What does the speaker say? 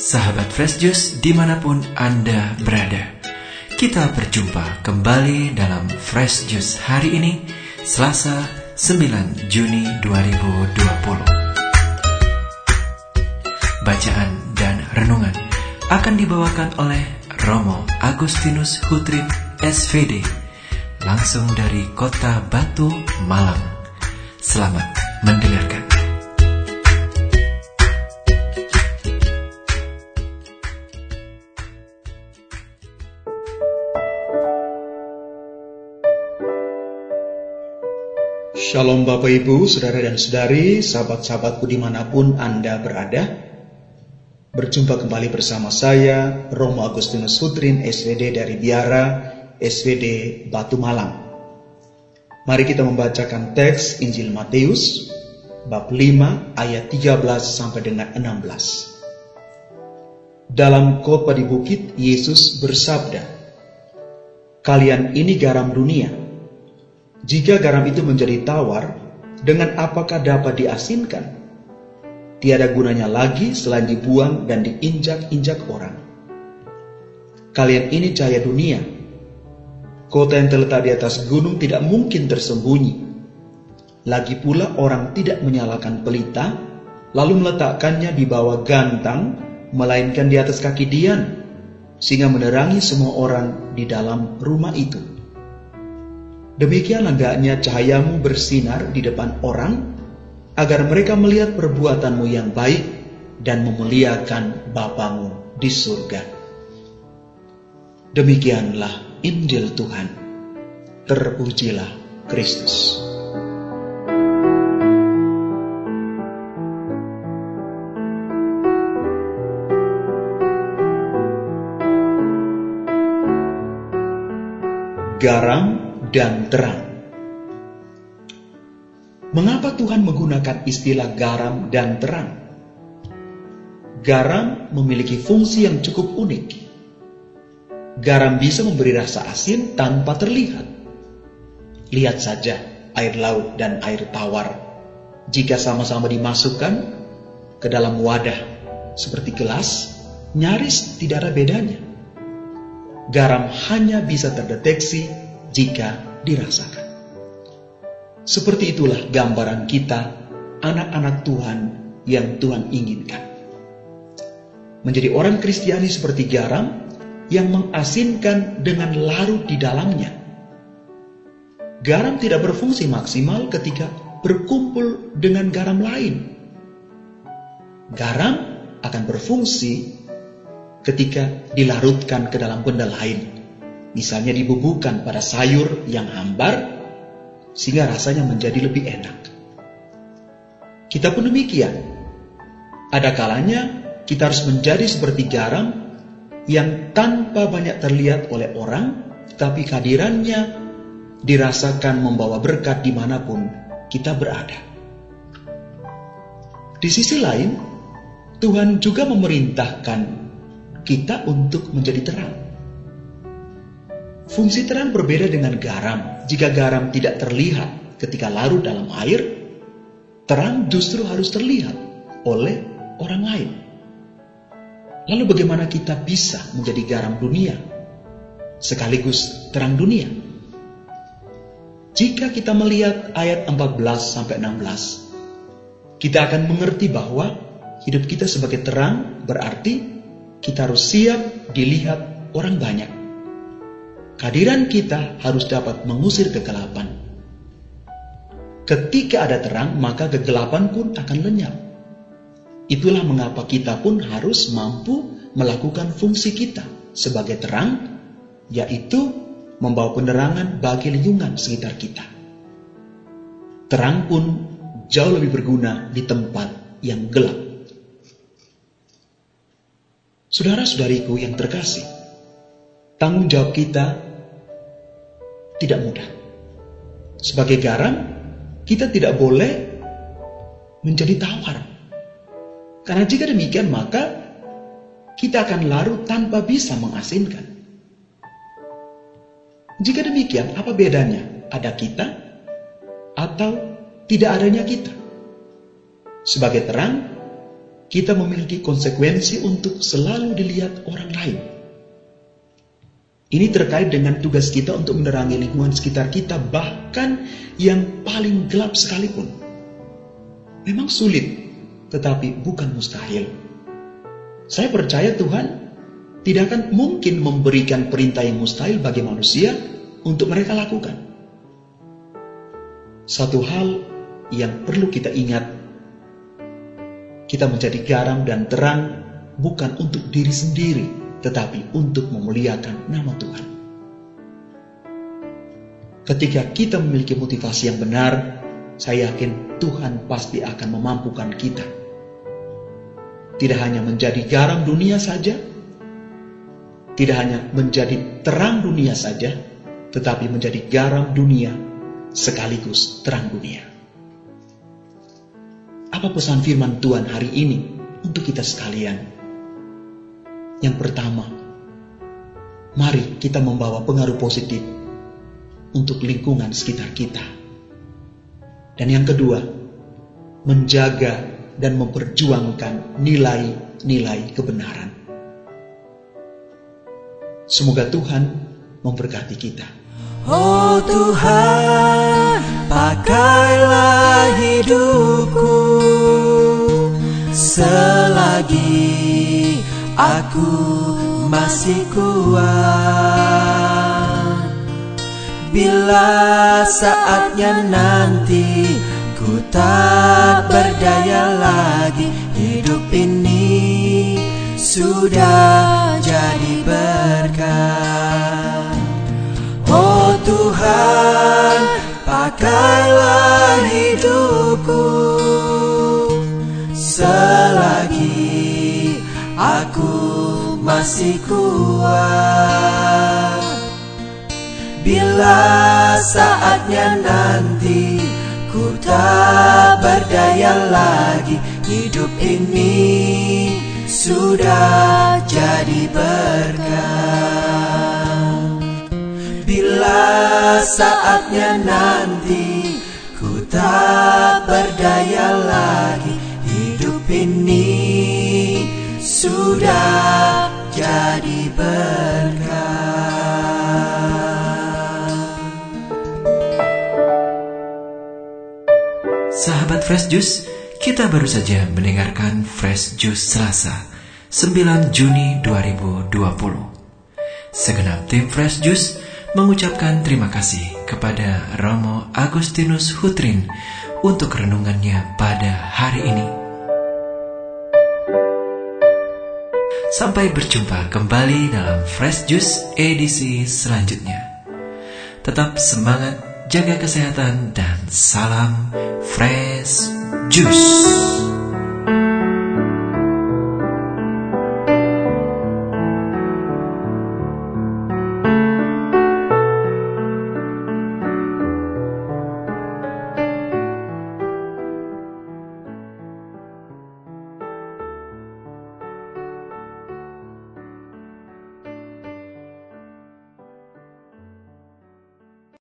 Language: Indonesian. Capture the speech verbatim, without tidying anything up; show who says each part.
Speaker 1: Sahabat Fresh Juice dimanapun Anda berada, kita berjumpa kembali dalam Fresh Juice hari ini, Selasa sembilan Juni dua ribu dua puluh. Bacaan dan renungan akan dibawakan oleh Romo Agustinus Hutrin S V D, langsung dari kota Batu, Malang. Selamat mendengarkan.
Speaker 2: Shalom Bapak Ibu, Saudara dan Saudari, sahabat-sahabatku dimanapun Anda berada. Berjumpa kembali bersama saya, Romo Agustinus Hutrin S V D dari Biara S V D Batu Malang. Mari kita membacakan teks Injil Matius, bab lima ayat tiga belas sampai dengan enam belas. Dalam khotbah di bukit, Yesus bersabda, "Kalian ini garam dunia. Jika garam itu menjadi tawar, dengan apakah dapat diasinkan? Tiada gunanya lagi selain dibuang dan diinjak-injak orang. Kalian ini cahaya dunia. Kota yang terletak di atas gunung tidak mungkin tersembunyi. Lagi pula orang tidak menyalakan pelita, lalu meletakkannya di bawah gantang, melainkan di atas kaki dian, sehingga menerangi semua orang di dalam rumah itu. Demikian hendaknya cahayamu bersinar di depan orang, agar mereka melihat perbuatanmu yang baik dan memuliakan Bapamu di surga." Demikianlah Injil Tuhan. Terpujilah Kristus. Garam dan terang. Mengapa Tuhan menggunakan istilah garam dan terang? Garam memiliki fungsi yang cukup unik. Garam bisa memberi rasa asin tanpa terlihat. Lihat saja air laut dan air tawar. Jika sama-sama dimasukkan ke dalam wadah seperti gelas, nyaris tidak ada bedanya. Garam hanya bisa terdeteksi jika dirasakan. Seperti itulah gambaran kita, anak-anak Tuhan yang Tuhan inginkan. Menjadi orang Kristiani seperti garam yang mengasinkan dengan larut di dalamnya. Garam tidak berfungsi maksimal ketika berkumpul dengan garam lain. Garam akan berfungsi ketika dilarutkan ke dalam benda lain. Misalnya dibubuhkan pada sayur yang hambar, sehingga rasanya menjadi lebih enak. Kita pun demikian. Ada kalanya kita harus menjadi seperti garam yang tanpa banyak terlihat oleh orang, tapi kehadirannya dirasakan membawa berkat dimanapun kita berada. Di sisi lain, Tuhan juga memerintahkan kita untuk menjadi terang. Fungsi terang berbeda dengan garam. Jika garam tidak terlihat ketika larut dalam air, terang justru harus terlihat oleh orang lain. Lalu bagaimana kita bisa menjadi garam dunia sekaligus terang dunia? Jika kita melihat ayat empat belas sampai enam belas, kita akan mengerti bahwa hidup kita sebagai terang berarti kita harus siap dilihat orang banyak. Kehadiran kita harus dapat mengusir kegelapan. Ketika ada terang, maka kegelapan pun akan lenyap. Itulah mengapa kita pun harus mampu melakukan fungsi kita sebagai terang, yaitu membawa penerangan bagi lingkungan sekitar kita. Terang pun jauh lebih berguna di tempat yang gelap. Saudara-saudariku yang terkasih, tanggung jawab kita tidak mudah. Sebagai garam, kita tidak boleh menjadi tawar. Karena jika demikian, maka kita akan larut tanpa bisa mengasinkan. Jika demikian, apa bedanya? Ada kita atau tidak adanya kita? Sebagai terang, kita memiliki konsekuensi untuk selalu dilihat orang lain. Ini terkait dengan tugas kita untuk menerangi lingkungan sekitar kita, bahkan yang paling gelap sekalipun. Memang sulit, tetapi bukan mustahil. Saya percaya Tuhan tidak akan mungkin memberikan perintah yang mustahil bagi manusia untuk mereka lakukan. Satu hal yang perlu kita ingat, kita menjadi garam dan terang bukan untuk diri sendiri, tetapi untuk memuliakan nama Tuhan. Ketika kita memiliki motivasi yang benar, saya yakin Tuhan pasti akan memampukan kita. Tidak hanya menjadi garam dunia saja, tidak hanya menjadi terang dunia saja, tetapi menjadi garam dunia sekaligus terang dunia. Apa pesan firman Tuhan hari ini untuk kita sekalian? Yang pertama, mari kita membawa pengaruh positif untuk lingkungan sekitar kita. Dan yang kedua, menjaga dan memperjuangkan nilai-nilai kebenaran. Semoga Tuhan memberkati kita.
Speaker 1: Oh Tuhan, pakailah hidupku selagi aku masih kuat. Bila saatnya nanti ku tak berdaya lagi, hidup ini sudah jadi berkat. Oh Tuhan, pakailah hidupku selagi aku masih kuat. Bila saatnya nanti ku tak berdaya lagi, hidup ini sudah jadi berkat. Bila saatnya nanti ku tak berdaya lagi, hidup ini sudah jadi berkat. Sahabat Fresh Juice, kita baru saja mendengarkan Fresh Juice Selasa, sembilan Juni dua ribu dua puluh. Segenap tim Fresh Juice mengucapkan terima kasih kepada Romo Agustinus Hutrin untuk renungannya pada hari ini. Sampai berjumpa kembali dalam Fresh Juice edisi selanjutnya. Tetap semangat, jaga kesehatan, dan salam Fresh Juice.